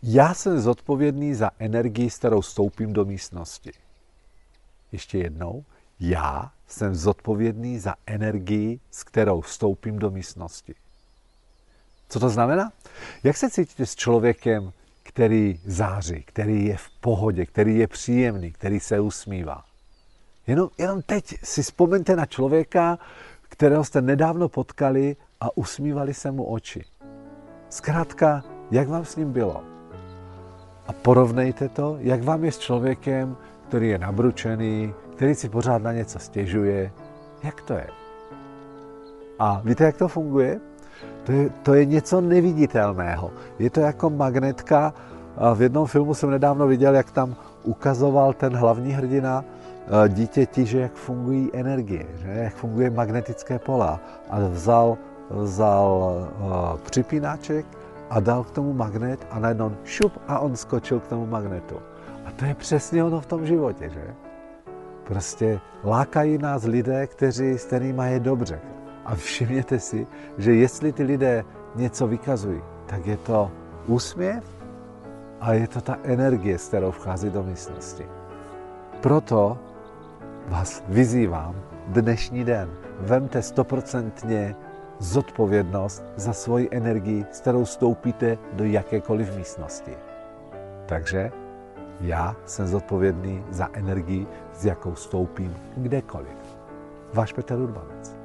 Já jsem zodpovědný za energii, s kterou vstoupím do místnosti. Ještě jednou. Já jsem zodpovědný za energii, s kterou vstoupím do místnosti. Co to znamená? Jak se cítíte s člověkem, který září, který je v pohodě, který je příjemný, který se usmívá? Jenom teď si vzpomeňte na člověka, kterého jste nedávno potkali a usmívali se mu oči. Zkrátka, jak vám s ním bylo? A porovnejte to, jak vám je s člověkem, který je nabručený, který si pořád na něco stěžuje. Jak to je? A víte, jak to funguje? To je něco neviditelného. Je to jako magnetka. V jednom filmu jsem nedávno viděl, jak tam ukazoval ten hlavní hrdina dítěti, že jak fungují energie, že jak funguje magnetické pole. A vzal připínaček a dal k tomu magnet a najednou šup a on skočil k tomu magnetu. A to je přesně ono v tom životě, že? Prostě lákají nás lidé, s kterými je dobře. A všimněte si, že jestli ty lidé něco vykazují, tak je to úsměv a je to ta energie, s kterou vchází do místnosti. Proto vás vyzývám dnešní den. Vemte 100% zodpovědnost za svoji energii, s kterou vstoupíte do jakékoliv místnosti. Takže já jsem zodpovědný za energii, s jakou vstoupím kdekoliv. Váš Petr Urbanec.